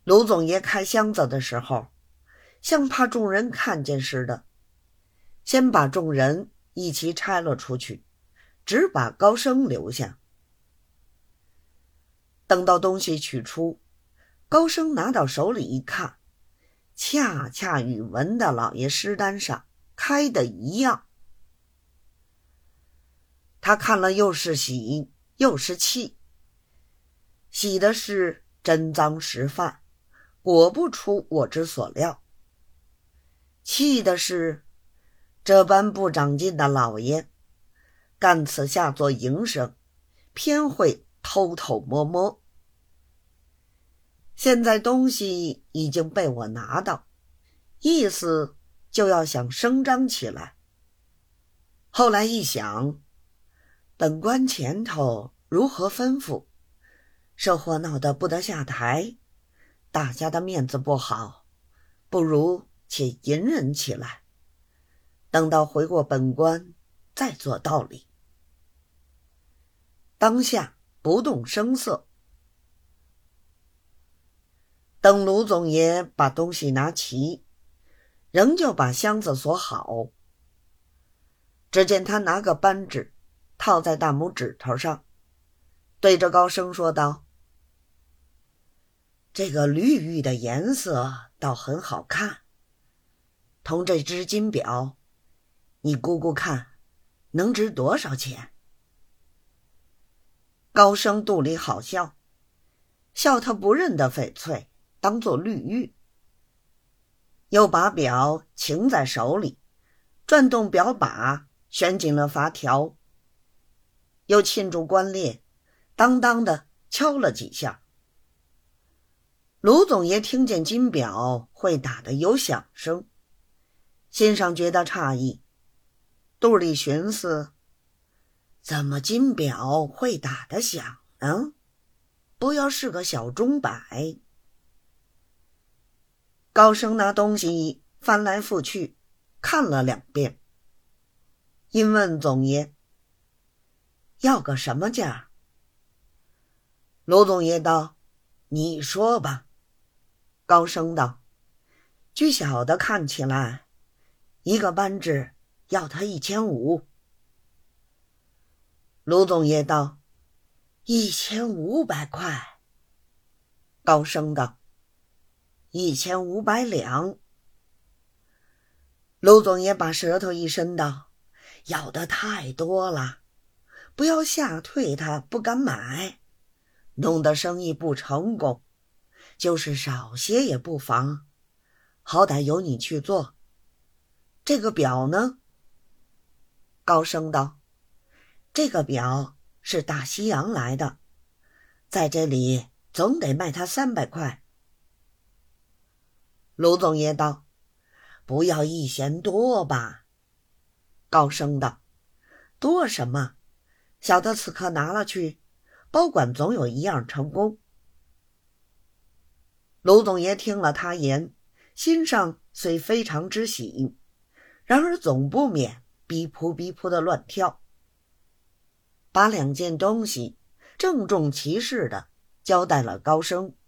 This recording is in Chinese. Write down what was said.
卢总爷开箱子的时候，像怕众人看见似的，先把众人一起拆了出去，只把高升留下。等到东西取出，高升拿到手里一看，恰恰与文大老爷尸单上开的一样。他看了又是喜又是气，喜的是真赃实犯，果不出我之所料；气的是这般不长进的老爷干此下作营生，偏会偷偷摸摸。现在东西已经被我拿到，意思就要想声张起来。后来一想，本官前头如何吩咐，这货闹得不得下台，大家的面子不好，不如且隐忍起来，等到回过本官再做道理。当下不动声色。等卢总爷把东西拿齐，仍旧把箱子锁好。只见他拿个扳指套在大拇指头上，对着高升说道：这个绿玉的颜色倒很好看，同这只金表，你估估看能值多少钱？高升肚里好笑，笑他不认得翡翠当作绿玉，又把表擎在手里，转动表把，旋紧了发条，又沁住关链，当当的敲了几下。卢总爷听见金表会打的有响声，心上觉得诧异，肚里寻思，怎么金表会打得响呢？不要是个小钟摆。高升拿东西翻来覆去看了2遍，因问总爷要个什么价。卢总爷道：你说吧。高升道：据小的看起来，一个扳指要他1500。卢总爷道：1500块。高升道：1500两。卢总爷把舌头一伸道：要的太多了，不要吓退他不敢买，弄得生意不成功，就是少些也不妨，好歹由你去做。这个表呢？高升道：这个表是大西洋来的，在这里总得卖他300块。卢总爷道：不要1嫌多吧。高升道：多什么？小的此刻拿了去，保管总有一样成功。卢总爷听了他言，心上虽非常之喜，然而总不免逼扑逼扑的乱跳，把2件东西郑重其事的交代了高升。